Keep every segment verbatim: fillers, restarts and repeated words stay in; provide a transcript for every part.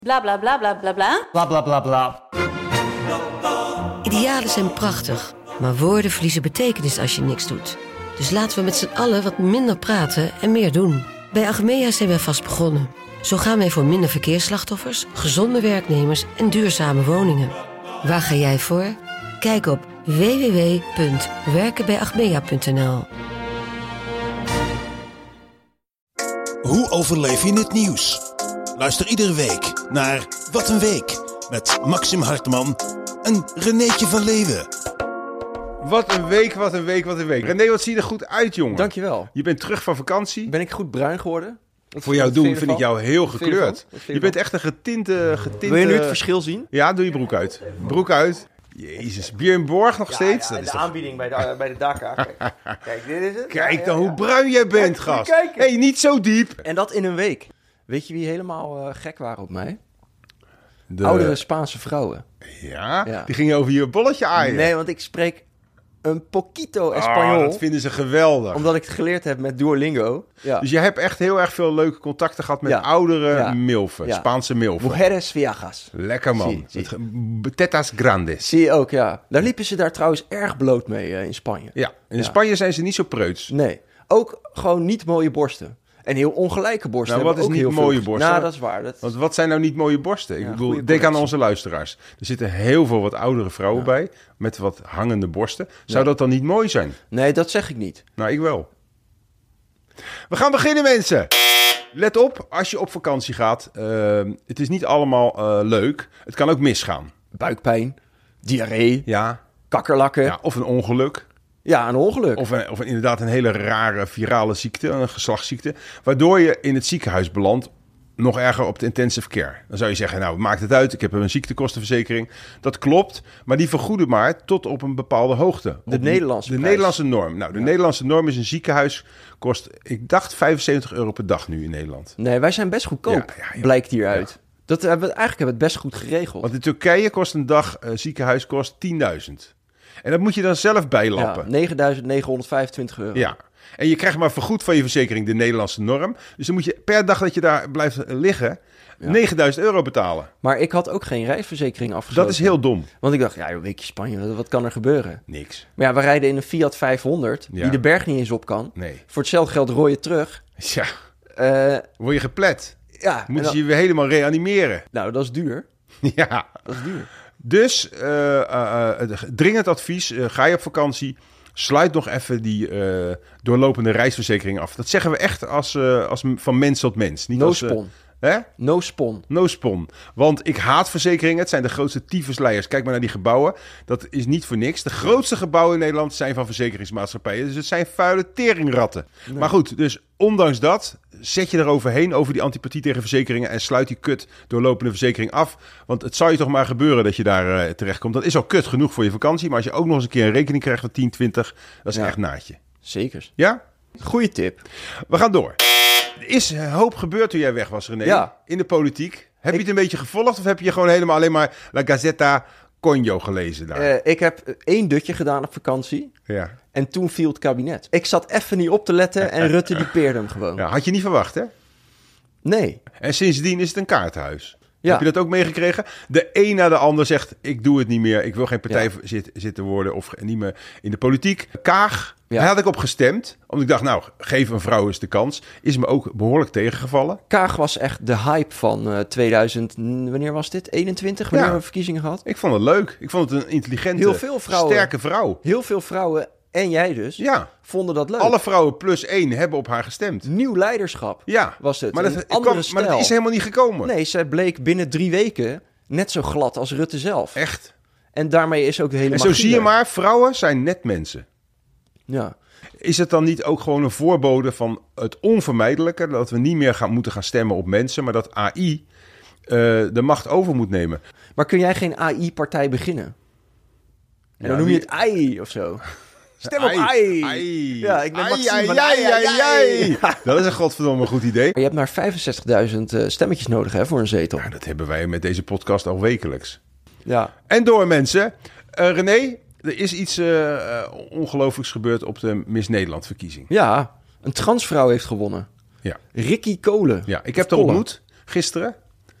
Bla bla bla bla bla bla. Bla bla bla bla. Idealen zijn prachtig, maar woorden verliezen betekenis als je niks doet. Dus laten we met z'n allen wat minder praten en meer doen. Bij Achmea zijn wij vast begonnen. Zo gaan wij voor minder verkeersslachtoffers, gezonde werknemers en duurzame woningen. Waar ga jij voor? Kijk op w w w punt werken bij achmea punt n l. Hoe overleef je het nieuws? Luister iedere week naar Wat een Week met Maxim Hartman en Renéetje van Leeuwen. Wat een week, wat een week, wat een week. René, wat zie je er goed uit, jongen. Dankjewel. Je bent terug van vakantie. Ben ik goed bruin geworden? Wat Voor jou doen vind ik jou heel Wat vind je gekleurd. ervan? Wat vind je Je bent echt een getinte, getinte... Wil je nu het verschil zien? Ja, doe je broek uit. Broek uit. Jezus, Björn Borg nog steeds? Ja, ja, dat is de toch... aanbieding bij de, bij de Dakar. Kijk, kijk, dit is het. Kijk Ja, ja, dan ja. hoe bruin jij bent, Kijk, gast. kijk. Hé, hey, niet zo diep. En dat in een week. Weet je wie helemaal uh, gek waren op mij? De... Oudere Spaanse vrouwen. Ja? Ja. Die gingen over je bolletje aaien. Nee, want ik spreek een poquito Oh, Espanol. dat vinden ze geweldig. Omdat ik het geleerd heb met Duolingo. Ja. Dus je hebt echt heel erg veel leuke contacten gehad met Ja. oudere Ja. milfen. Ja. Spaanse milfen. Mujeres viajas. Lekker man. Zie, zie. Het ge- Tetas grandes. Zie je ook, ja. Daar liepen ze daar trouwens erg bloot mee uh, in Spanje. Ja, in Ja. Spanje zijn ze niet zo preuts. Nee. Ook gewoon niet mooie borsten. En heel ongelijke borsten. Nou, wat hebben is ook niet heel mooie veel... borsten? Nou, dat is waar. Dat... Want wat zijn nou niet mooie borsten? Ik Ja, bedoel, goede denk aan correctie. onze luisteraars. Er zitten heel veel wat oudere vrouwen Ja. bij, met wat hangende borsten. Zou Ja. dat dan niet mooi zijn? Nee, dat zeg ik niet. Nou, ik wel. We gaan beginnen, mensen. Let op, als je op vakantie gaat. Uh, het is niet allemaal uh, leuk. Het kan ook misgaan. Buikpijn, diarree, Ja, kakkerlakken. ja Ja, of een ongeluk. een ongeluk. Of, een, of een, inderdaad een hele rare virale ziekte, een geslachtsziekte. Waardoor je in het ziekenhuis belandt. Nog erger op de intensive care. Dan zou je zeggen, nou, maakt het uit. Ik heb een ziektekostenverzekering. Dat klopt, maar die vergoeden maar tot op een bepaalde hoogte. De Op Nederlandse De prijs. Nederlandse norm. Nou, de Ja. Nederlandse norm is een ziekenhuis kost, ik dacht, vijfenzeventig euro per dag nu in Nederland. Nee, wij zijn best goedkoop, Ja, ja, ja. blijkt hieruit. Dat hebben we, eigenlijk hebben we het best goed geregeld. Want in Turkije kost een dag uh, ziekenhuis kost tienduizend. En dat moet je dan zelf bijlappen. Ja, negenduizend negenhonderdvijfentwintig euro. Ja. En je krijgt maar vergoed van je verzekering de Nederlandse norm. Dus dan moet je per dag dat je daar blijft liggen Ja. negenduizend euro betalen. Maar ik had ook geen reisverzekering afgesloten. Dat is heel dom. Want ik dacht, ja, een weekje Spanje, wat, wat kan er gebeuren? Niks. Maar ja, we rijden in een Fiat vijfhonderd, Ja. die de berg niet eens op kan. Nee. Voor hetzelfde geld rooi je terug. Ja, Uh, word je geplet. ja, en Moeten dan- ze je weer helemaal reanimeren. nou, dat is duur. Ja. Dat is duur. Dus uh, uh, uh, dringend advies. Uh, ga je op vakantie. Sluit nog even die uh, doorlopende reisverzekering af. Dat zeggen we echt als, uh, als van mens tot mens. Niet No als, uh, spon. hè? No spon. No spon. Want ik haat verzekeringen. Het zijn de grootste tyfusleiers. Kijk maar naar die gebouwen. Dat is niet voor niks. De grootste gebouwen in Nederland zijn van verzekeringsmaatschappijen. Dus het zijn vuile teringratten. Nee. Maar goed, dus ondanks dat zet je eroverheen over die antipathie tegen verzekeringen en sluit die kut doorlopende verzekering af. Want het zal je toch maar gebeuren dat je daar uh, terechtkomt. Dat is al kut genoeg voor je vakantie. Maar als je ook nog eens een keer een rekening krijgt van tien, twintig, dat is Ja. echt naadje. Zeker. Ja? Goeie tip. We gaan door. Er is een hoop gebeurd toen jij weg was, René. Ja. In de politiek. Heb Ik- je het een beetje gevolgd of heb je gewoon helemaal alleen maar La Gazzetta Conjo gelezen daar? Uh, ik heb één dutje gedaan op vakantie. ja. En toen viel het kabinet. Ik zat even niet op te letten en Rutte die peerde hem gewoon. ja. Had je niet verwacht, hè? Nee. En sindsdien is het een kaartenhuis. Ja. Heb je dat ook meegekregen? De een na de ander zegt, ik doe het niet meer. Ik wil geen partij Ja. zit, zitten worden of niet meer in de politiek. Kaag, Ja. daar had ik op gestemd. Omdat ik dacht, nou, geef een vrouw eens de kans. Is me ook behoorlijk tegengevallen. Kaag was echt de hype van uh, tweeduizend... Wanneer was dit? eenentwintig? Wanneer Ja. hebben we verkiezingen gehad? Ik vond het leuk. Ik vond het een intelligente, Heel veel vrouwen. sterke vrouw. Heel veel vrouwen, en jij dus, Ja. vonden dat leuk. Alle vrouwen plus één hebben op haar gestemd. Nieuw leiderschap Ja, was het. maar Een dat, andere kwam, maar dat stijl. is helemaal niet gekomen. Nee, zij bleek binnen drie weken net zo glad als Rutte zelf. Echt. En daarmee is ook de hele En zo magie zie je weg. maar, vrouwen zijn net mensen. Ja. Is het dan niet ook gewoon een voorbode van het onvermijdelijke... dat we niet meer gaan, moeten gaan stemmen op mensen... maar dat A I uh, de macht over moet nemen? Maar kun jij geen A I-partij beginnen? En Ja, dan noem je wie- het A I of zo. Stem op Ai, A I. ai. Ja, ik ben Ai, Maxime ai, van ai, ai, ai, ai. ai. Dat is een godverdomme goed idee. Je hebt maar vijfenzestigduizend uh, stemmetjes nodig hè, voor een zetel. Nou, dat hebben wij met deze podcast al wekelijks. Ja. En door, mensen. Uh, René, er is iets uh, uh, ongelooflijks gebeurd op de Miss Nederland-verkiezing. Ja, een transvrouw heeft gewonnen. Ja. Ricky Kolen. Ja, ik Of heb haar Kolen. ontmoet gisteren.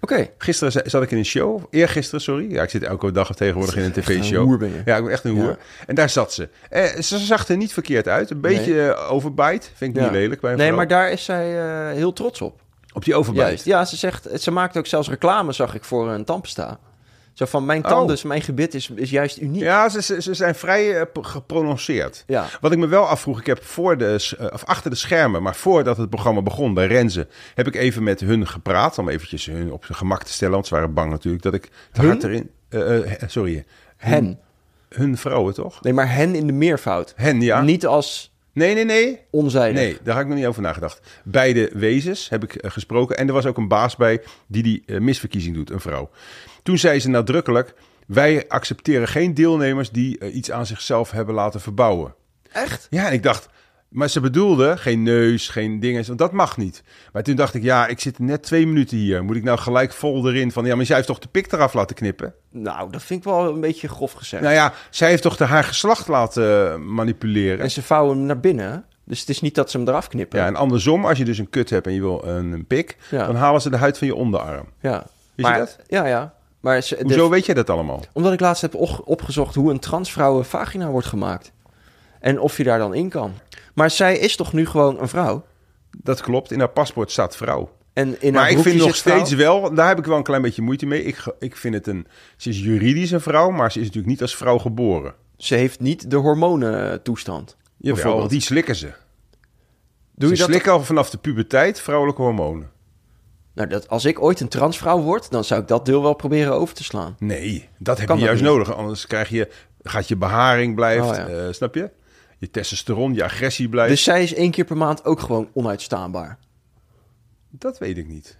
Oké. Gisteren za- zat ik in een show. Eergisteren, sorry. Ja, ik zit elke dag tegenwoordig in een Echt een tv-show. hoer ben je. Ja, ik ben echt een hoer. Ja. En daar zat ze. Eh, ze zag er niet verkeerd uit. Een beetje Nee. eh, overbite. Vind ik Ja. niet lelijk bij een Nee, vrouw. maar daar is zij eh, heel trots op. Op die overbite. Juist. Ja, ze zegt, ze maakt ook zelfs reclame, zag ik, voor een tandpasta. Zo van, mijn tanden, Oh. mijn gebit is, is juist uniek. Ja, ze, ze, ze zijn vrij eh, p- geprononceerd. Ja. Wat ik me wel afvroeg, ik heb voor de, s- eh, of achter de schermen, maar voordat het programma begon bij Renze, heb ik even met hun gepraat, om eventjes hun op zijn gemak te stellen, want ze waren bang natuurlijk dat ik te Hun? hard erin... eh, eh, sorry. Hen. Hun vrouwen, toch? Nee, maar hen in de meervoud. Hen, ja. Niet als Nee, nee, nee. onzijdig. Nee, daar had ik nog niet over nagedacht. Beide wezens heb ik eh, gesproken. En er was ook een baas bij die die eh, misverkiezing doet, een vrouw. Toen zei ze nadrukkelijk, wij accepteren geen deelnemers die eh, iets aan zichzelf hebben laten verbouwen. Echt? Ja, en ik dacht, maar ze bedoelde geen neus, geen dingen, want dat mag niet. Maar toen dacht ik, ja, ik zit net twee minuten hier. Moet ik nou gelijk vol erin van, ja, maar zij heeft toch de pik eraf laten knippen? Nou, dat vind ik wel een beetje grof gezegd. Nou ja, zij heeft toch de, haar geslacht laten eh, manipuleren? En ze vouwen hem naar binnen, hè? Dus het is niet dat ze hem eraf knippen. Ja, en andersom, als je dus een kut hebt en je wil een, een pik, Ja. dan halen ze de huid van je onderarm. Ja. Wist je maar, dat? Ja, ja. Maar ze, de- Hoezo weet je dat allemaal? omdat ik laatst heb op- opgezocht hoe een transvrouw een vagina wordt gemaakt. En of je daar dan in kan. Maar zij is toch nu gewoon een vrouw? Dat klopt, in haar paspoort staat vrouw. En in Maar haar ik vind broekje nog zit vrouw? steeds wel, daar heb ik wel een klein beetje moeite mee. Ik, ge- ik vind het een, ze is juridisch een vrouw, maar ze is natuurlijk niet als vrouw geboren. Ze heeft niet de hormonentoestand. Jawel, Bijvoorbeeld. die slikken ze. Doe ze je dat? slikken al vanaf de puberteit vrouwelijke hormonen. Nou, dat, als ik ooit een transvrouw word, dan zou ik dat deel wel proberen over te slaan. Nee, dat heb Kan je dat juist niet? nodig. Anders krijg je, gaat je beharing blijft, Oh, ja. eh, snap je? Je testosteron, je agressie blijft. Dus zij is één keer per maand ook gewoon onuitstaanbaar. Dat weet ik niet.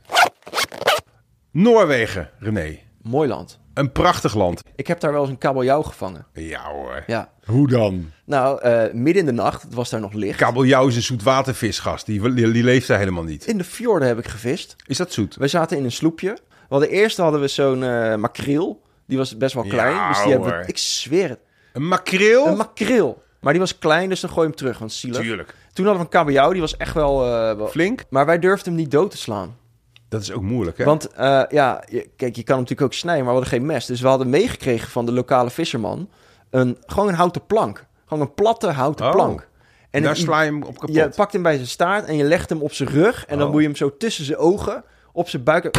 Noorwegen, René. Mooi land. Een prachtig land. Ik heb daar wel eens een kabeljauw gevangen. Ja hoor. Ja. Hoe dan? Nou, eh, midden in de nacht, het was daar nog licht. Kabeljauw is een zoetwatervisgast. Die, die, die leeft daar helemaal niet. In de fjorden heb ik gevist. Is dat zoet? We zaten in een sloepje. We hadden eerst hadden we zo'n eh makreel. Die was best wel klein. Ja, dus die hebben we, hoor. ik zweer het. Een makreel? Een makreel. Maar die was klein, dus dan gooi je hem terug, want het is zielig. Tuurlijk. Toen hadden we een kabeljauw, die was echt wel, eh, wel... Flink? Maar wij durfden hem niet dood te slaan. Dat is ook moeilijk, hè? Want eh, ja, je- kijk, je kan hem natuurlijk ook snijden, maar we hadden geen mes. Dus we hadden meegekregen van de lokale visserman een, gewoon een houten plank. Gewoon een platte houten Oh. plank. en daar het- sla je hem op kapot. Je pakt hem bij zijn staart en je legt hem op zijn rug. En dan Oh. moet je hem zo tussen zijn ogen, op zijn buik,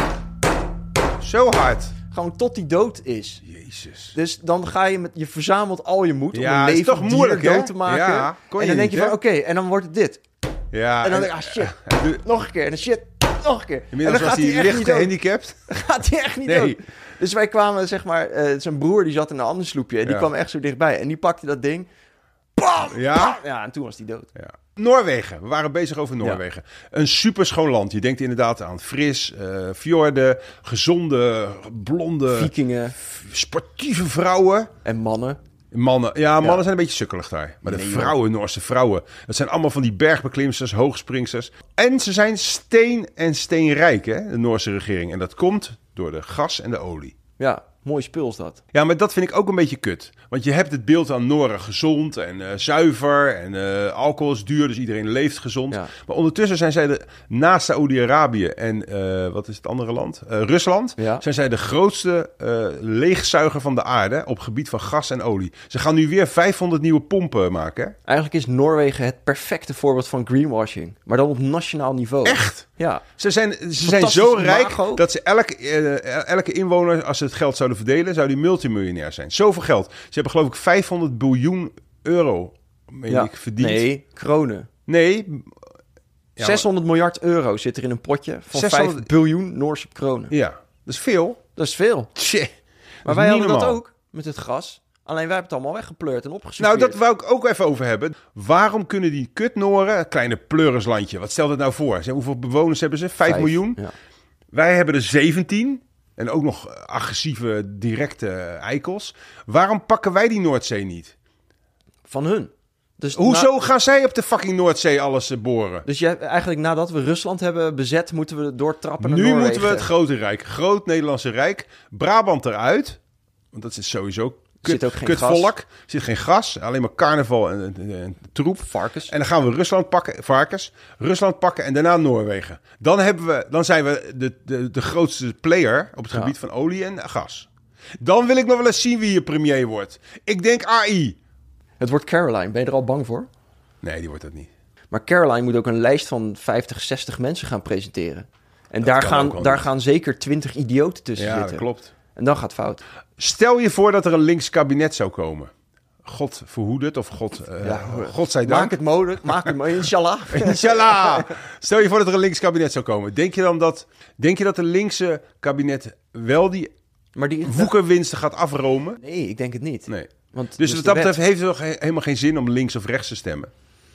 Zo hard. gewoon tot hij dood is. Jezus. Dus dan ga je met, je verzamelt al je moed om Ja, een het is levend toch dier moeilijk, hè? dood te maken. Ja, kon en je dan denk niet, je van, hè? oké, en dan wordt het dit. Ja, En dan denk ik, ah shit, nog een keer. En dan shit, nog een keer. En Inmiddels dan was gaat hij hij echt licht niet dood. gehandicapt. Gaat hij echt niet Nee. dood. Dus wij kwamen, zeg maar, eh, zijn broer die zat in een ander sloepje. En die Ja. kwam echt zo dichtbij. En die pakte dat ding. Bam! Ja? Ja, en toen was hij dood. Ja. Noorwegen. We waren bezig over Noorwegen. Een superschoon land. Je denkt inderdaad aan fris, eh fjorden, gezonde, blonde, Vikingen sportieve vrouwen. en mannen. Mannen. Ja, mannen Ja. zijn een beetje sukkelig daar. Maar de Nee, vrouwen, Noorse vrouwen, dat zijn allemaal van die bergbeklimsters, hoogspringsters. En ze zijn steen en steenrijk, hè, de Noorse regering. En dat komt door de gas en de olie. Ja, mooi spul is dat. Ja, maar dat vind ik ook een beetje kut. Want je hebt het beeld aan Noren gezond en eh, zuiver. En eh, alcohol is duur, dus iedereen leeft gezond. Ja. Maar ondertussen zijn zij de, naast Saoedi-Arabië en eh, wat is het andere land? Eh, Rusland. Ja. Zijn zij de grootste eh, leegzuiger van de aarde op gebied van gas en olie. Ze gaan nu weer vijfhonderd nieuwe pompen maken. Hè? Eigenlijk is Noorwegen het perfecte voorbeeld van greenwashing. Maar dan op nationaal niveau. Echt? Ja. Ze zijn, ze zijn Fantastisch zo rijk imago. dat ze elke, eh, elke inwoner, als ze het geld zouden verdelen, zou die multimiljonair zijn. Zoveel geld. Ze hebben geloof ik vijfhonderd biljoen euro, meen ja. ik, verdiend. Nee, kronen. Nee. Ja, zeshonderd miljard euro zit er in een potje van zeshonderd vijf biljoen Noorse kronen. Ja, dat is veel. Dat is veel. Tje, Maar dat wij is hadden niet dat normaal. ook met het gas. Alleen wij hebben het allemaal weggepleurd en opgezocht. Nou, dat wou ik ook even over hebben. Waarom kunnen die kutnoren, een kleine pleurislandje, wat stelt het nou voor? Ze- Hoeveel bewoners hebben ze? Vijf, miljoen? Ja. Wij hebben er zeventien. En ook nog agressieve, directe eikels. Waarom pakken wij die Noordzee niet? Van hun. Dus Hoezo na- gaan zij op de fucking Noordzee alles eh, boren? dus jij, eigenlijk nadat we Rusland hebben bezet, moeten we doortrappen naar Nu Noorwegen. moeten we het grote rijk, groot Nederlandse rijk, Brabant eruit. Want dat is sowieso zit ook geen kutvolk. gas. Er zit geen gas. Alleen maar carnaval en, en, en troep. Varkens. En dan gaan we Rusland pakken, varkens. Rusland pakken en daarna Noorwegen. Dan, hebben we, dan zijn we de, de, de grootste player op het Ja. gebied van olie en gas. Dan wil ik nog wel eens zien wie je premier wordt. Ik denk A I. Het wordt Caroline. Ben je er al bang voor? Nee, die wordt dat niet. Maar Caroline moet ook een lijst van vijftig, zestig mensen gaan presenteren. En daar, kan gaan, ook wel daar niet. gaan zeker twintig idioten tussen Ja, zitten. dat klopt. En dan gaat het fout. Stel je voor dat er een links kabinet zou komen. God verhoed het, of God, uh, Ja, God zij dank. Maak het mogelijk. Maak het mogelijk. Inshallah. Inshallah. Stel je voor dat er een links kabinet zou komen. Denk je dan dat, denk je dat de linkse kabinet wel die Maar die... woekerwinsten gaat afromen? Nee, ik denk het niet. Nee. Want Dus is wat de dat betreft wet. heeft het toch he- helemaal geen zin om links of rechts te stemmen.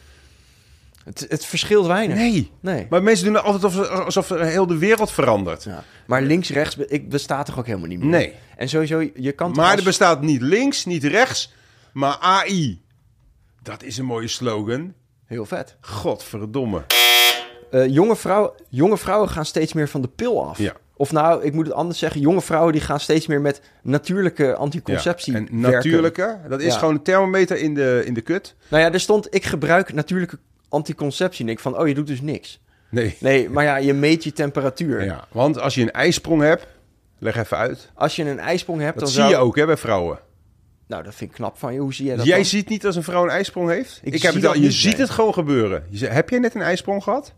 Het, het verschilt weinig. Nee. Nee. Maar mensen doen het altijd alsof, alsof er heel de wereld verandert. Ja. Maar links-rechts be- ik- bestaat toch ook helemaal niet meer? Nee. En sowieso, je kan toch Maar als- er bestaat niet links, niet rechts, maar A I. Dat is een mooie slogan. Heel vet. Godverdomme. Eh, jonge, vrouw, jonge vrouwen gaan steeds meer van de pil af. Ja. Of nou, ik moet het anders zeggen. Jonge vrouwen die gaan steeds meer met natuurlijke anticonceptie Ja. En werken. natuurlijke, dat is Ja. gewoon een thermometer in de, in de kut. Nou ja, er stond, ik gebruik natuurlijke anticonceptie. En ik van, oh, je doet dus niks. Nee. Nee, maar ja, je meet je temperatuur. Ja, want als je een ijsprong hebt, leg even uit. Als je een ijsprong hebt, Dat dan zie zou... je ook hè, bij vrouwen. Nou, dat vind ik knap van je. Hoe zie jij dat Jij dan? ziet niet als een vrouw een ijsprong heeft? Ik Ik heb zie het al, dat je niet, ziet nee. het gewoon gebeuren. Je zegt, heb jij net een ijsprong gehad?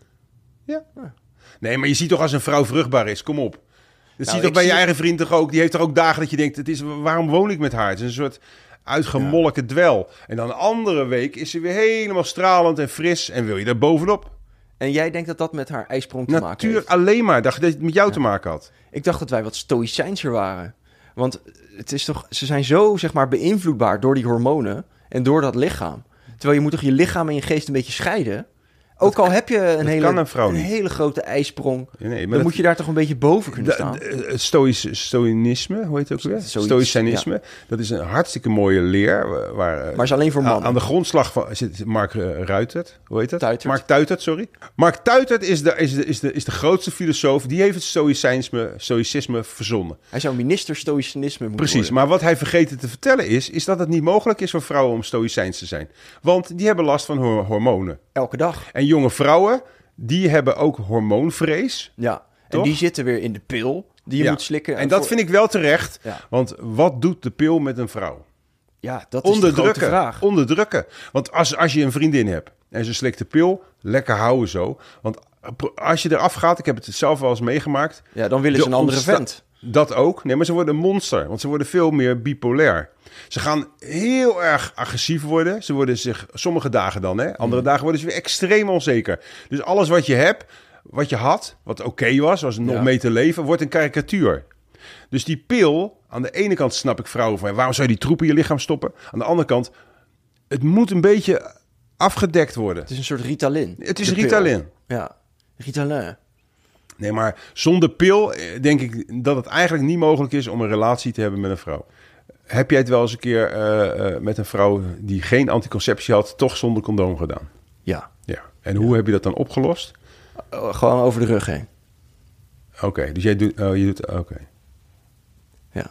Ja. Nee, maar je ziet toch als een vrouw vruchtbaar is. Kom op. Dat Nou, zie je toch ik bij je zie- eigen vriend toch ook? Die heeft toch ook dagen dat je denkt, het is, waarom woon ik met haar? Het is een soort uitgemolken dwel. En dan een andere week is ze weer helemaal stralend en fris. En wil je daar bovenop? En jij denkt dat dat met haar ijsprong te maken Natuurlijk heeft? alleen maar. Dacht je dat het met jou te maken had? Ik dacht dat wij wat stoïcijnser waren. Want het is toch, ze zijn zo, zeg maar, beïnvloedbaar door die hormonen en door dat lichaam. Terwijl je moet toch je lichaam en je geest een beetje scheiden? Ook al heb je een, hele, kan een vrouw niet. hele grote ijsprong, Nee, maar dan dat- moet je daar toch een beetje boven kunnen Da- staan. d- Het stoïs, stoïnisme, hoe heet het ook weer? Zoiets, Stoïcijnisme. Dat is een hartstikke mooie leer. wa- Waar, eh, Maar is alleen voor aan, mannen. aan de grondslag van zit Mark uh, Ruitert. Hoe heet dat? Tuitert. Mark Tuitert, sorry. Mark Tuitert is de, is, de, is, de, is de grootste filosoof. Die heeft het stoïcijnisme, stoïcisme verzonnen. Hij zou minister stoïcijnisme moeten Precies. worden. Maar wat hij vergeten te vertellen is, is dat het niet mogelijk is voor vrouwen om stoïcijns te zijn. Want die hebben last van ho- hormonen. Elke dag. En jonge vrouwen, die hebben ook hormoonvrees. Ja. En Toch? die zitten weer in de pil die je Ja. moet slikken. En dat vind ik wel terecht. Ja. Want wat doet de pil met een vrouw? Ja, dat is de grote Onderdrukken. vraag. Onderdrukken. Want als, als je een vriendin hebt en ze slikt de pil, lekker houden zo. Want als je eraf gaat, ik heb het zelf wel eens meegemaakt. Ja, dan willen ze de een andere ontsta- vent. Dat ook. Nee, maar ze worden een monster. Want ze worden veel meer bipolair. Ze gaan heel erg agressief worden. Ze worden zich, sommige dagen dan, hè. Andere dagen worden ze weer extreem onzeker. Dus alles wat je hebt, wat je had, wat oké was, was nog Ja. mee te leven, wordt een karikatuur. Dus die pil, aan de ene kant snap ik vrouwen van, waarom zou je die troep in je lichaam stoppen? Aan de andere kant, het moet een beetje afgedekt worden. Het is een soort Ritalin. Het is De pil. Ritalin. Ja, Ritalin. Nee, maar zonder pil eh, denk ik dat het eigenlijk niet mogelijk is om een relatie te hebben met een vrouw. Heb jij het wel eens een keer eh, eh, met een vrouw die geen anticonceptie had, toch zonder condoom gedaan? Ja. Ja. En hoe heb je dat dan opgelost? Oh, gewoon over de rug heen. Oké, dus jij doet... Oh, je doet... Oké. Ja.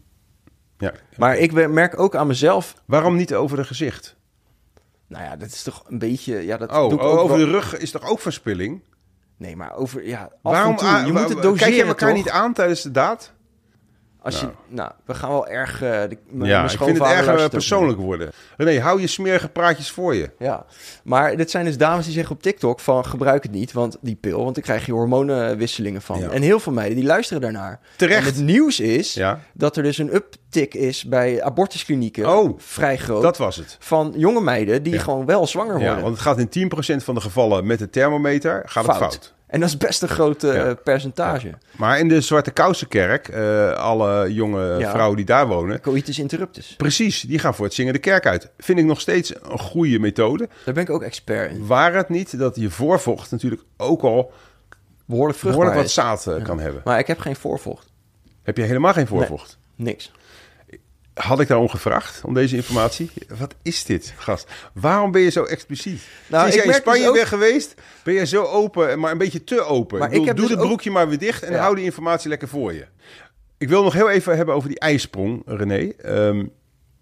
Ja. Maar ik we- merk ook aan mezelf... Waarom niet over de gezicht? Nou ja, dat is toch een beetje... Ja, dat Oh, doe ik ook over wel- de rug is toch ook verspilling? Nee, maar over... Ja, af Waarom en toe. aan- Je moet het wa- doseren, Kijk je elkaar toch? niet aan tijdens de daad? Als je, Nou. nou, we gaan wel erg... uh, de, mijn- Ja, mijn ik vind het schoonvader erg eh, luistert ook persoonlijk worden. René, hou je smerige praatjes voor je. mee. Ja, maar dit zijn dus dames die zeggen op TikTok van... gebruik het niet, want die pil, want dan krijg je hormonenwisselingen van. Ja. En heel veel meiden die luisteren daarnaar. Terecht. En het nieuws is Ja, dat er dus een uptick is bij abortusklinieken. Oh, vrij groot. dat was het. Van jonge meiden die Ja. gewoon wel zwanger worden. Ja, want het gaat in tien procent van de gevallen met de thermometer gaat het fout. En dat is best een groot eh, Ja. percentage. Maar in de Zwarte Kousenkerk, eh alle jonge Ja. vrouwen die daar wonen... Coitus interruptus. Precies, die gaan voor het zingen de kerk uit. Vind ik nog steeds een goede methode. Daar ben ik ook expert in. Waar het niet dat je voorvocht natuurlijk ook al Behoorlijk vruchtbaar behoorlijk wat is. zaad eh, kan hebben. Maar ik heb geen voorvocht. Heb je helemaal geen voorvocht? Niks. Had ik daarom gevraagd, om deze informatie? Wat is dit, gast? Waarom ben je zo expliciet? Nou, Sinds ik jij in merk Spanje dus ook- bent geweest, ben je zo open, maar een beetje te open. Maar ik bedoel, ik heb doe dus het ook- broekje maar weer dicht en Ja. hou die informatie lekker voor je. Ik wil nog heel even hebben over die ijsprong, René. Um,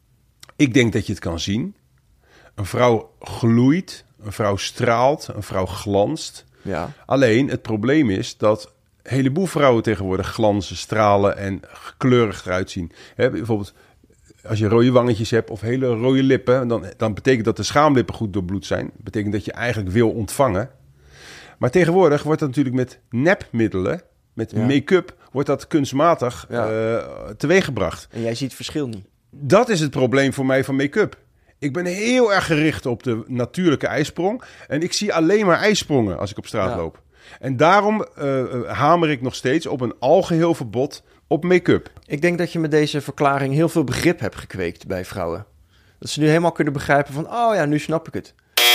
ik denk dat je het kan zien. Een vrouw gloeit, een vrouw straalt, een vrouw glanst. Ja. Alleen, het probleem is dat een heleboel vrouwen tegenwoordig glanzen, stralen en kleurig eruit zien. He, bijvoorbeeld, als je rode wangetjes hebt of hele rode lippen, dan, dan betekent dat de schaamlippen goed doorbloed zijn. Dat betekent dat je eigenlijk wil ontvangen. Maar tegenwoordig wordt dat natuurlijk met nepmiddelen, met Ja. make-up, wordt dat kunstmatig Ja. uh, teweeggebracht. En jij ziet het verschil niet. Dat is het probleem voor mij van make-up. Ik ben heel erg gericht op de natuurlijke ijsprong. En ik zie alleen maar ijssprongen als ik op straat Ja. loop. En daarom uh, hamer ik nog steeds op een algeheel verbod op make-up. Ik denk dat je met deze verklaring heel veel begrip hebt gekweekt bij vrouwen. Dat ze nu helemaal kunnen begrijpen van, oh ja, nu snap ik het.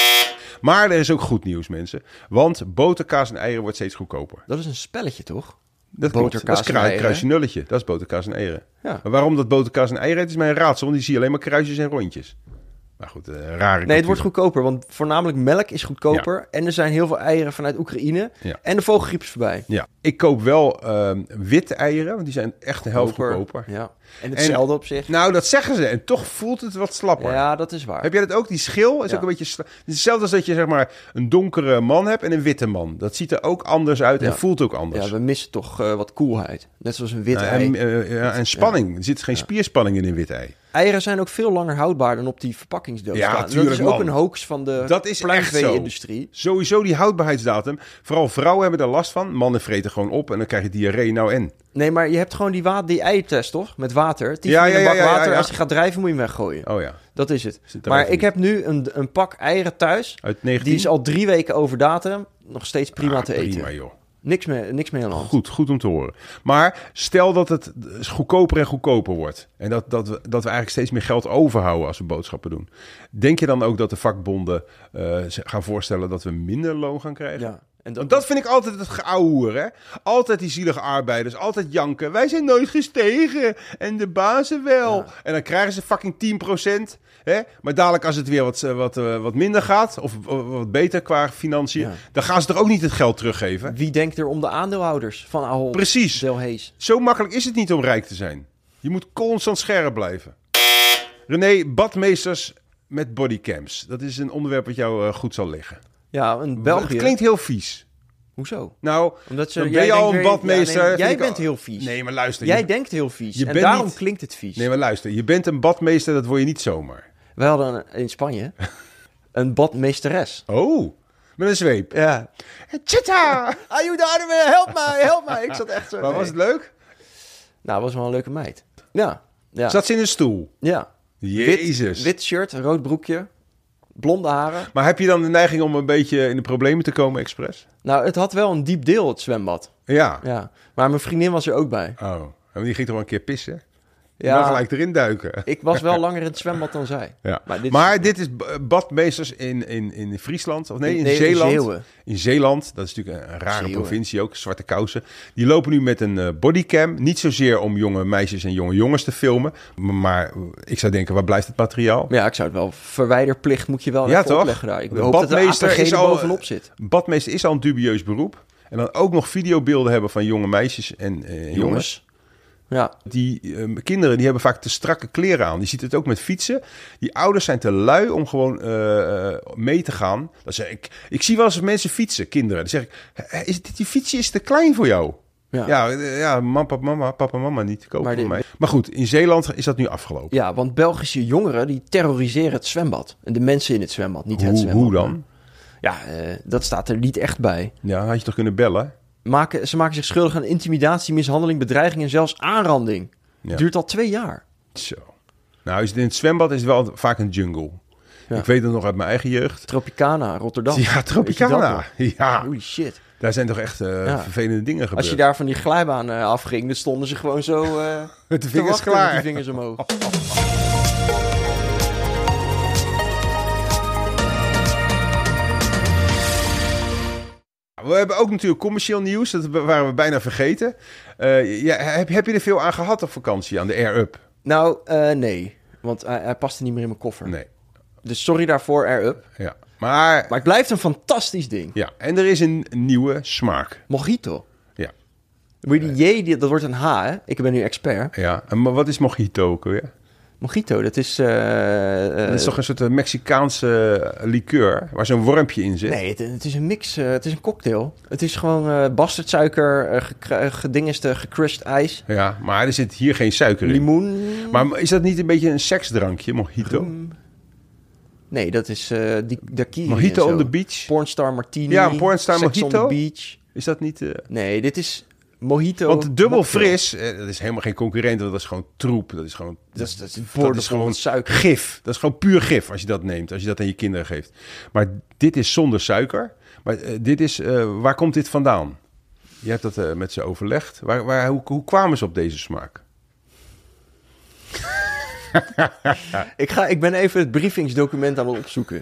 Maar er is ook goed nieuws, mensen. Want boterkaas en eieren wordt steeds goedkoper. Dat is een spelletje, toch? Dat klopt. Boterkaas Dat is en kruis, eieren. kruisje nulletje. Dat is boterkaas en eieren. Ja. Maar waarom dat boterkaas en eieren heet, is mij een raadsel. Want die zie je alleen maar kruisjes en rondjes. Maar goed, uh, rare Nee, het cultuur. wordt goedkoper, want voornamelijk melk is goedkoper. En er zijn heel veel eieren vanuit Oekraïne. Ja. En de vogelgriep is voorbij. Ja, ik koop wel uh, witte eieren, want die zijn echt de helft Goedkoper. goedkoper. Ja. En hetzelfde op zich. Nou, dat zeggen ze. En toch voelt het wat slapper. Ja, dat is waar. Heb jij dat ook? Die schil is Ja. ook een beetje... Sla- het is hetzelfde als dat je zeg maar een donkere man hebt en een witte man. Dat ziet er ook anders uit en Ja. voelt ook anders. Ja, we missen toch uh, wat koelheid. Net zoals een wit Nou, ei. en, uh, ja, en spanning. Er zit geen spierspanning in een wit ei. Eieren zijn ook veel langer houdbaar dan op die verpakkingsdoos Ja, staan. tuurlijk, dat is ook man. een hoax van de Dat is echt pluimvee-industrie. Sowieso die houdbaarheidsdatum. Vooral vrouwen hebben er last van. Mannen vreten gewoon op en dan krijg je diarree. Nou en? Nee, maar je hebt gewoon die, wa- die ei-test, toch? Met water. Tien Ja, in ja, een bak ja, ja, water. ja. Als je gaat drijven, moet je hem weggooien. Oh ja. Dat is het. Zit Maar drijven ik heb nu een, een pak eieren thuis. Uit negentien? Die is al drie weken over datum. Nog steeds prima Ah, te prima, eten. joh. Niks mee, niks mee aan de hand. Goed, goed om te horen. Maar stel dat het goedkoper en goedkoper wordt. En dat, dat, we, dat we eigenlijk steeds meer geld overhouden als we boodschappen doen. Denk je dan ook dat de vakbonden uh, gaan voorstellen dat we minder loon gaan krijgen? Ja. En dat, Want dat vind ik altijd het geouwehoer, hè? Altijd die zielige arbeiders, altijd janken. Wij zijn nooit gestegen en de bazen wel. Ja. En dan krijgen ze fucking tien procent. Hè? Maar dadelijk als het weer wat, wat, wat minder gaat, of wat beter qua financiën, Ja. dan gaan ze toch ook niet het geld teruggeven? Wie denkt er om de aandeelhouders van Ahold Precies. Delhaize? Zo makkelijk is het niet om rijk te zijn. Je moet constant scherp blijven. René, badmeesters met bodycams. Dat is een onderwerp wat jou uh, goed zal liggen. Ja, een België. Het klinkt heel vies. Hoezo? Nou, Omdat ze, dan jij ben je al denkt een weer- badmeester. Ja, nee, vind jij ik bent al- heel vies. Nee, maar luister. Jij je... denkt heel vies. je En bent daarom niet- klinkt het vies. Nee, maar luister. Je bent een badmeester, dat word je niet zomaar. We hadden een- in Spanje een badmeesteres. Oh, met een zweep. Ja. Tjita! Ayudar me, help mij, help mij. Ik zat echt zo... Maar nee. was het leuk? Nou, was wel een leuke meid. Ja. Ja. Zat ze in een stoel? ja. Jezus. Wit, wit shirt, rood broekje, blonde haren. Maar heb je dan de neiging om een beetje in de problemen te komen, expres? Nou, het had wel een diep deel, het zwembad. Ja. Ja. Maar mijn vriendin was er ook bij. Oh, en die ging toch wel een keer pissen? Je Ja. mag gelijk erin duiken. Ik was wel langer in het zwembad dan zij. Ja. Maar dit, Maar dit is b- badmeesters in, in, in Friesland, of nee, in Nee, in Zeeland. Zeeuwen. In Zeeland, dat is natuurlijk een rare Zeeuwen. provincie ook, zwarte kousen. Die lopen nu met een uh, bodycam. Niet zozeer om jonge meisjes en jonge jongens te filmen. Maar, maar ik zou denken, waar blijft het materiaal? Ja, ik zou het wel... Verwijderplicht moet je wel Ja, even toch? opleggen daar. Ik De hoop dat de badmeester A P G is er al- bovenop zit. Badmeester is al een dubieus beroep. En dan ook nog videobeelden hebben van jonge meisjes en uh, jongens. Ja. Die uh, kinderen die hebben vaak te strakke kleren aan. Je ziet het ook met fietsen. Die ouders zijn te lui om gewoon uh, uh, mee te gaan. Dat zeg ik, ik zie wel eens mensen fietsen, kinderen. Dan zeg ik, is dit, die fietsje is te klein voor jou. Ja. Ja, uh, ja mama, papa, mama, papa, mama niet. Koop Maar voor dit- mij. Maar goed, in Zeeland is dat nu afgelopen. Ja, want Belgische jongeren die terroriseren het zwembad. En de mensen in het zwembad, niet het Hoe, zwembad. hoe dan? Ja, uh, dat staat er niet echt bij. Ja, had je toch kunnen bellen? Maken, ze maken zich schuldig aan intimidatie, mishandeling, bedreiging en zelfs aanranding. Ja. Duurt al twee jaar. Zo. Nou, is het in het zwembad is het wel vaak een jungle. Ja. Ik weet het nog uit mijn eigen jeugd. Tropicana, Rotterdam. Ja, Tropicana. Ja, Holy shit. daar zijn toch echt uh, Ja. vervelende dingen gebeurd. Als je daar van die glijbaan uh, afging, dan stonden ze gewoon zo uh, met de te vingers wachten klaar. met die vingers omhoog. We hebben ook natuurlijk commercieel nieuws. Dat waren we bijna vergeten. Uh, ja, heb, heb je er veel aan gehad op vakantie, aan de Air Up? Nou, uh, nee. Want hij, hij paste niet meer in mijn koffer. Nee. Dus sorry daarvoor, Air Up. Ja. Maar, Maar het blijft een fantastisch ding. ja, en er is een nieuwe smaak. Mojito. Ja. Moet je die J, die, dat wordt een H, hè? Ik ben nu expert. Ja, en maar wat is mojito ook weer? Mojito, dat is... Uh, uh, dat is toch een soort uh, Mexicaanse liqueur waar zo'n wormpje in zit? Nee, het, het is een mix. Uh, het is een cocktail. Het is gewoon uh, bastardsuiker, uh, ge- gedingeste, gecrushed ijs. Ja, maar er zit hier geen suiker in. Limoen. Maar is dat niet een beetje een seksdrankje, mojito? Um, nee, dat is uh, die daiquiri. Mojito on the beach? Pornstar martini. Ja, een pornstar Sex mojito. on the beach. Is dat niet... Uh... Nee, dit is... Mojito. Want dubbel mocktail. fris, eh, dat is helemaal geen concurrent, dat is gewoon troep. Dat is gewoon, Dat is, dat is, dat is gewoon suiker. gif. Dat is gewoon puur gif als je dat neemt, als je dat aan je kinderen geeft. Maar dit is zonder suiker. Maar uh, dit is, uh, waar komt dit vandaan? Je hebt dat uh, met ze overlegd. Waar, waar, hoe, hoe kwamen ze op deze smaak? ik, ga, ik ben even het briefingsdocument aan het opzoeken.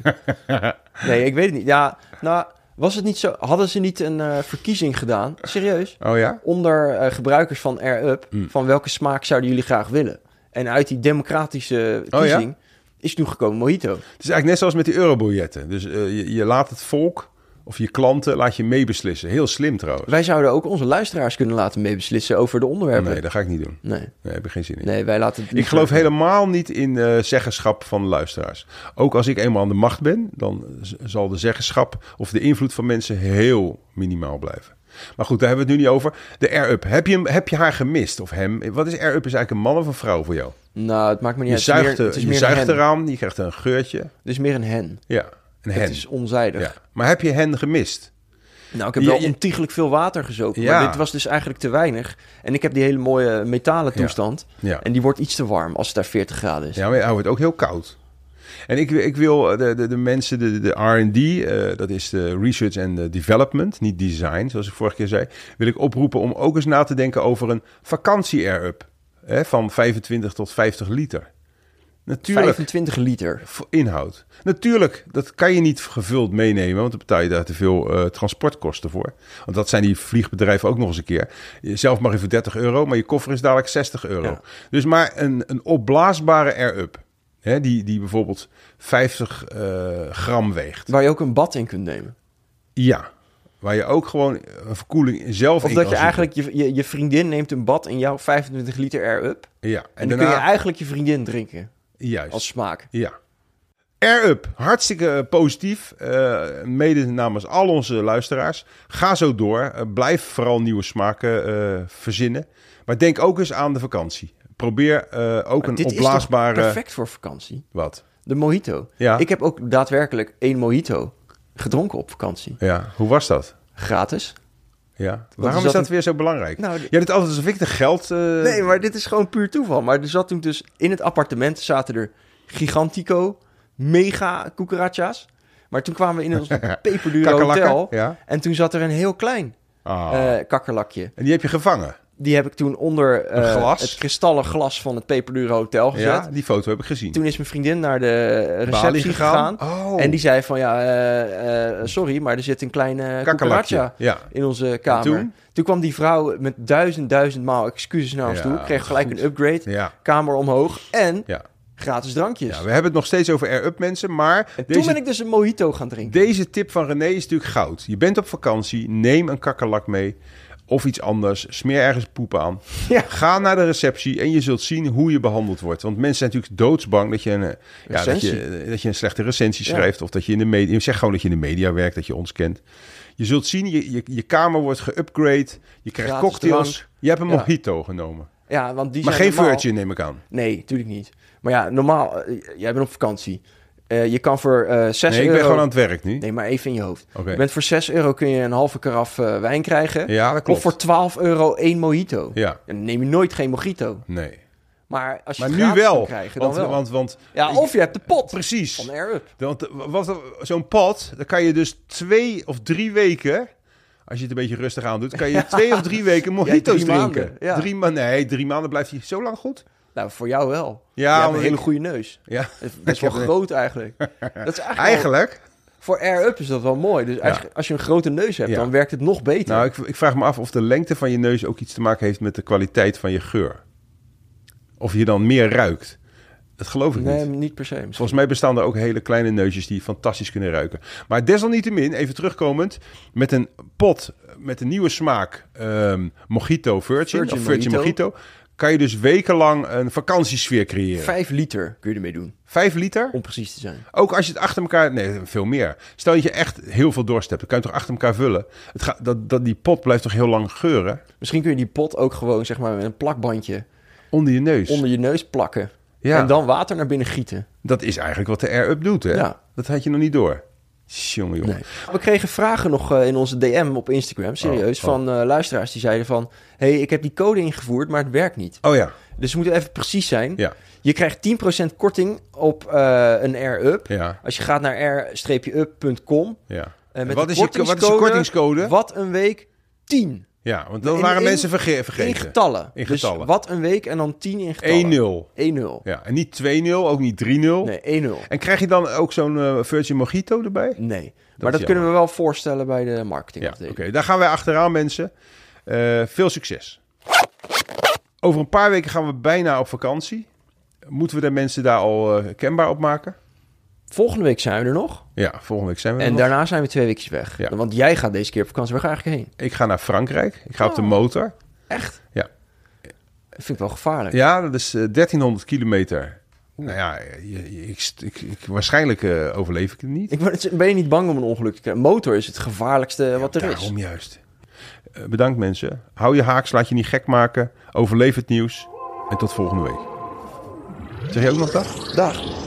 Nee, ik weet het niet. Ja, nou... Was het niet zo? Hadden ze niet een uh, verkiezing gedaan? Serieus? Oh ja? Onder uh, gebruikers van Air Up. Mm. Van welke smaak zouden jullie graag willen? En uit die democratische kiezing oh ja? is toen gekomen mojito. Het is eigenlijk net zoals met die eurobiljetten. Dus uh, je, je laat het volk of je klanten laat je meebeslissen. Heel slim trouwens. Wij zouden ook onze luisteraars kunnen laten meebeslissen over de onderwerpen. Nee, dat ga ik niet doen. Nee. Nee, heb ik geen zin in. Nee, wij laten het ik geloof doen. helemaal niet in uh, zeggenschap van de luisteraars. Ook als ik eenmaal aan de macht ben, dan z- zal de zeggenschap of de invloed van mensen heel minimaal blijven. Maar goed, daar hebben we het nu niet over. De Air Up. Heb je, hem, heb je haar gemist of hem? Wat is Air Up? Is eigenlijk een man of een vrouw voor jou? Nou, het maakt me niet je uit. Zuigt, het is je meer zuigt eraan, je krijgt een geurtje. Het is meer een hen. Ja, een hen. Het is onzijdig. Ja. Maar heb je hen gemist? Nou, ik heb wel je, je... ontiegelijk veel water gezopen, ja. maar dit was dus eigenlijk te weinig. En ik heb die hele mooie metalen toestand. Ja. Ja. En die wordt iets te warm als het daar veertig graden is. Ja, maar hij wordt ook heel koud. En ik, ik wil de, de, de mensen, de, de R en D, uh, dat is de Research and Development, niet design, zoals ik vorige keer zei, wil ik oproepen om ook eens na te denken over een vakantie-air-up hè, van vijfentwintig tot vijftig liter. Natuurlijk, vijfentwintig liter. Inhoud. Natuurlijk, dat kan je niet gevuld meenemen, want dan betaal je daar te veel uh, transportkosten voor. Want dat zijn die vliegbedrijven ook nog eens een keer. Zelf mag je voor dertig euro, maar je koffer is dadelijk zestig euro. Ja. Dus maar een, een opblaasbare air-up, hè, die, die bijvoorbeeld vijftig uh, gram weegt. Waar je ook een bad in kunt nemen. Ja, waar je ook gewoon een verkoeling zelf of in dat kan je eigenlijk je, je, je vriendin neemt een bad in jouw vijfentwintig liter air-up. Ja. En, en dan daarna... kun je eigenlijk je vriendin drinken. Juist. Als smaak. Ja. Air Up, hartstikke positief. Uh, mede namens al onze luisteraars. Ga zo door. Uh, blijf vooral nieuwe smaken uh, verzinnen. Maar denk ook eens aan de vakantie. Probeer uh, ook maar een dit opblaasbare... Dit is toch perfect voor vakantie? Wat? De mojito. Ja. Ik heb ook daadwerkelijk één mojito gedronken op vakantie. Ja, hoe was dat? Gratis. Ja. Waarom is dat, is dat weer zo belangrijk? Nou, Jij doet altijd alsof ik de geld... Uh... Nee, maar dit is gewoon puur toeval. Maar er zat toen dus in het appartement zaten er gigantico, mega cucarachas. Maar toen kwamen we in ons peperdure hotel. Ja. En toen zat er een heel klein oh. uh, kakkerlakje. En die heb je gevangen? Die heb ik toen onder uh, het kristallen glas van het peperdure hotel gezet. Ja, die foto heb ik gezien. Toen is mijn vriendin naar de receptie gegaan. gegaan. Oh. En die zei van, ja, uh, uh, sorry, maar er zit een kleine cucaracha ja. in onze kamer. Toen? toen kwam die vrouw met duizend, duizend maal excuses naar ons ja, toe. Kreeg gelijk goed. een upgrade, ja. kamer omhoog en... Ja. gratis drankjes. Ja, we hebben het nog steeds over Air-Up mensen, maar... En deze, toen ben ik dus een mojito gaan drinken. Deze tip van René is natuurlijk goud. Je bent op vakantie, neem een kakkerlak mee of iets anders. Smeer ergens poep aan. Ja. Ga naar de receptie en je zult zien hoe je behandeld wordt. Want mensen zijn natuurlijk doodsbang dat je een, ja, dat je, dat je een slechte recensie schrijft ja. of dat je in de media... Zeg gewoon dat je in de media werkt, dat je ons kent. Je zult zien, je, je, je kamer wordt geupgrade, je krijgt gratis cocktails. Drank. Je hebt een ja. mojito genomen. Ja, want die maar zijn geen normaal... virgin neem ik aan. Nee, natuurlijk niet. Maar ja, normaal, uh, jij bent op vakantie. Uh, je kan voor uh, zes euro... Nee, ik ben gewoon aan het werk nu. Nee, maar even in je hoofd. Okay. Je bent voor zes euro kun je een halve karaf uh, wijn krijgen. Ja, dat klopt. Of voor twaalf euro één mojito. Ja. En dan neem je nooit geen mojito. Nee. Maar als je maar nu wel. Krijgen, want, dan wel. Want, want, ja, ik, of je hebt de pot. Precies. Van Air Up. Want wat, zo'n pot, dan kan je dus twee of drie weken... Als je het een beetje rustig aan doet, kan je twee of drie weken mojito's ja, drinken. Maanden, ja. Drie maanden, nee, drie maanden blijft hij zo lang goed. Nou, voor jou wel. Ja, je hebt een hele ik... goede neus. Ja. Dat is wel groot eigenlijk. Dat is eigenlijk, eigenlijk? Wel, voor Air-Up is dat wel mooi. Dus ja. als je een grote neus hebt, ja. dan werkt het nog beter. Nou, ik, ik vraag me af of de lengte van je neus ook iets te maken heeft met de kwaliteit van je geur. Of je dan meer ruikt. Dat geloof ik Nee, niet. niet per se. misschien. Volgens mij bestaan er ook hele kleine neusjes die fantastisch kunnen ruiken. Maar desalniettemin, even terugkomend, met een pot met een nieuwe smaak um, Mojito Virgin, Virgin of Virgin Mojito. Mojito, kan je dus wekenlang een vakantiesfeer creëren. Vijf liter kun je ermee doen, Vijf liter? om precies te zijn. Ook als je het achter elkaar... Nee, veel meer. Stel dat je echt heel veel dorst hebt, dan kan je het toch achter elkaar vullen. Het gaat, dat, dat, die pot blijft toch heel lang geuren? Misschien kun je die pot ook gewoon zeg maar met een plakbandje Onder je neus. onder je neus plakken. Ja. En dan water naar binnen gieten. Dat is eigenlijk wat de Air-Up doet, hè? Ja. Dat had je nog niet door. Jongen, jongen. Nee. We kregen vragen nog uh, in onze D M op Instagram, serieus, Oh, oh. van uh, luisteraars die zeiden van... hey, ik heb die code ingevoerd, maar het werkt niet. Oh ja. Dus we moeten even precies zijn. Ja. Je krijgt tien procent korting op uh, een Air-Up. Ja. Als je gaat naar air up punt com. Ja. Uh, En wat, is je, wat is je kortingscode? Wat een week tien. Ja, want dan In- waren in- mensen verge- vergeten. In getallen. In getallen. Dus wat een week en dan tien in getallen. één nul. één nul. Ja, en niet twee nul, ook niet drie nul. Nee, één nul. En krijg je dan ook zo'n uh, Virgin Mojito erbij? Nee. Maar is dat kunnen we wel voorstellen bij de marketing. Ja, oké. Daar gaan wij achteraan, mensen. Uh, veel succes. Over een paar weken gaan we bijna op vakantie. Moeten we de mensen daar al uh, kenbaar op maken? Volgende week zijn we er nog. Ja, volgende week zijn we er En nog. daarna zijn we twee weekjes weg. Ja. Want jij gaat deze keer op vakantie. Waar ga je eigenlijk heen? Ik ga naar Frankrijk. Ik ga op de Oh. motor. Echt? Ja. Dat vind ik wel gevaarlijk. Ja, dat is uh, dertienhonderd kilometer. Nou ja, je, je, ik, ik, ik, waarschijnlijk uh, overleef ik het niet. Ik ben, ben je niet bang om een ongeluk te krijgen? Motor is het gevaarlijkste wat er is. Daarom juist. Uh, bedankt mensen. Hou je haaks, laat je niet gek maken. Overleef het nieuws. En tot volgende week. Zeg je ook nog dag? Dag.